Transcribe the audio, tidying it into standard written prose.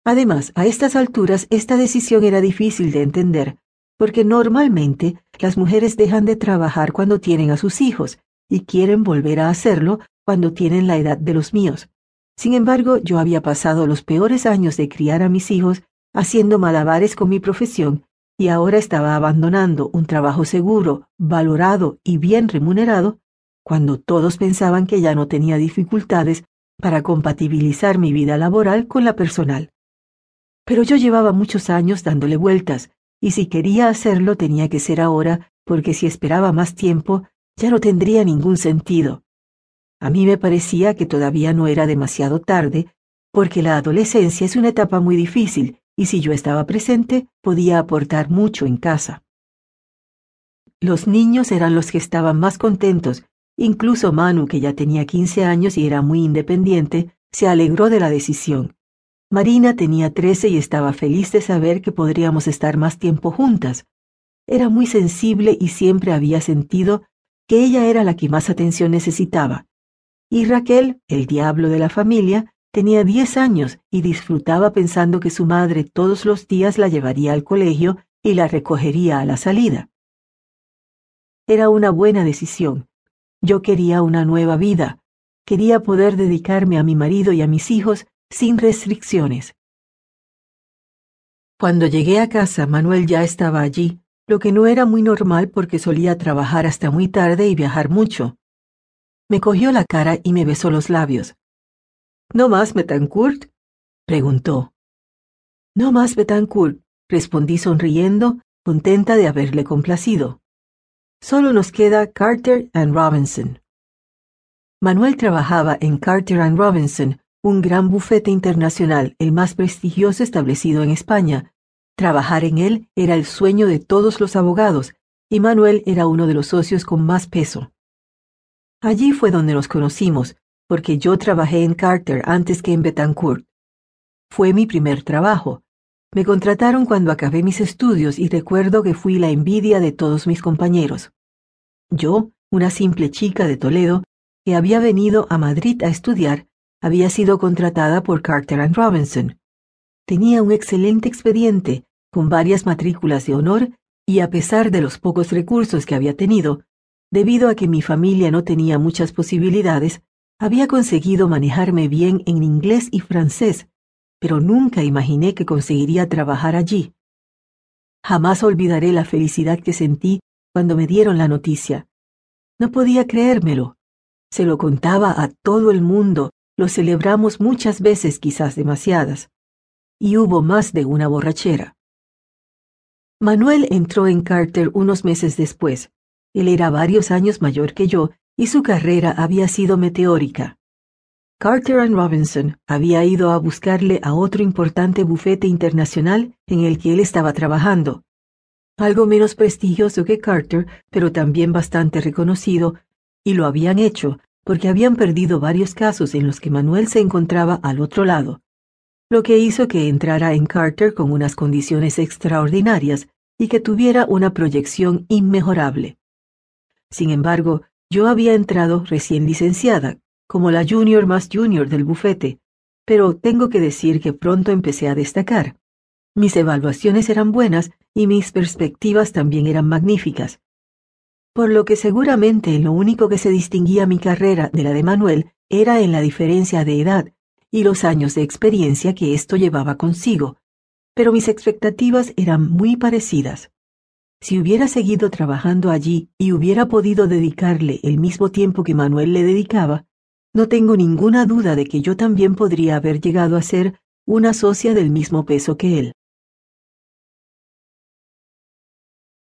Además, a estas alturas, esta decisión era difícil de entender, porque normalmente las mujeres dejan de trabajar cuando tienen a sus hijos y quieren volver a hacerlo cuando tienen la edad de los míos. Sin embargo, yo había pasado los peores años de criar a mis hijos haciendo malabares con mi profesión y ahora estaba abandonando un trabajo seguro, valorado y bien remunerado, cuando todos pensaban que ya no tenía dificultades para compatibilizar mi vida laboral con la personal. Pero yo llevaba muchos años dándole vueltas, y si quería hacerlo tenía que ser ahora, porque si esperaba más tiempo, ya no tendría ningún sentido. A mí me parecía que todavía no era demasiado tarde, porque la adolescencia es una etapa muy difícil, y si yo estaba presente, podía aportar mucho en casa. Los niños eran los que estaban más contentos, incluso Manu, que ya tenía 15 años y era muy independiente, se alegró de la decisión. Marina tenía 13 y estaba feliz de saber que podríamos estar más tiempo juntas. Era muy sensible y siempre había sentido que ella era la que más atención necesitaba. Y Raquel, el diablo de la familia, tenía 10 años y disfrutaba pensando que su madre todos los días la llevaría al colegio y la recogería a la salida. Era una buena decisión. Yo quería una nueva vida. Quería poder dedicarme a mi marido y a mis hijos sin restricciones. Cuando llegué a casa, Manuel ya estaba allí, lo que no era muy normal porque solía trabajar hasta muy tarde y viajar mucho. Me cogió la cara y me besó los labios. ¿No más, Betancourt?, preguntó. No más, Betancourt, respondí sonriendo, contenta de haberle complacido. Solo nos queda Carter & Robinson. Manuel trabajaba en Carter & Robinson, un gran bufete internacional, el más prestigioso establecido en España. Trabajar en él era el sueño de todos los abogados, y Manuel era uno de los socios con más peso. Allí fue donde nos conocimos, porque yo trabajé en Carter antes que en Betancourt. Fue mi primer trabajo. Me contrataron cuando acabé mis estudios y recuerdo que fui la envidia de todos mis compañeros. Yo, una simple chica de Toledo, que había venido a Madrid a estudiar, había sido contratada por Carter & Robinson. Tenía un excelente expediente, con varias matrículas de honor, y a pesar de los pocos recursos que había tenido, debido a que mi familia no tenía muchas posibilidades, había conseguido manejarme bien en inglés y francés, pero nunca imaginé que conseguiría trabajar allí. Jamás olvidaré la felicidad que sentí cuando me dieron la noticia. No podía creérmelo. Se lo contaba a todo el mundo, lo celebramos muchas veces, quizás demasiadas. Y hubo más de una borrachera. Manuel entró en Carter unos meses después. Él era varios años mayor que yo y su carrera había sido meteórica. Carter & Robinson había ido a buscarle a otro importante bufete internacional en el que él estaba trabajando. Algo menos prestigioso que Carter, pero también bastante reconocido, y lo habían hecho porque habían perdido varios casos en los que Manuel se encontraba al otro lado, lo que hizo que entrara en Carter con unas condiciones extraordinarias y que tuviera una proyección inmejorable. Sin embargo, yo había entrado recién licenciada, como la junior más junior del bufete, pero tengo que decir que pronto empecé a destacar. Mis evaluaciones eran buenas y mis perspectivas también eran magníficas. Por lo que seguramente lo único que se distinguía mi carrera de la de Manuel era en la diferencia de edad y los años de experiencia que esto llevaba consigo, pero mis expectativas eran muy parecidas. Si hubiera seguido trabajando allí y hubiera podido dedicarle el mismo tiempo que Manuel le dedicaba, no tengo ninguna duda de que yo también podría haber llegado a ser una socia del mismo peso que él.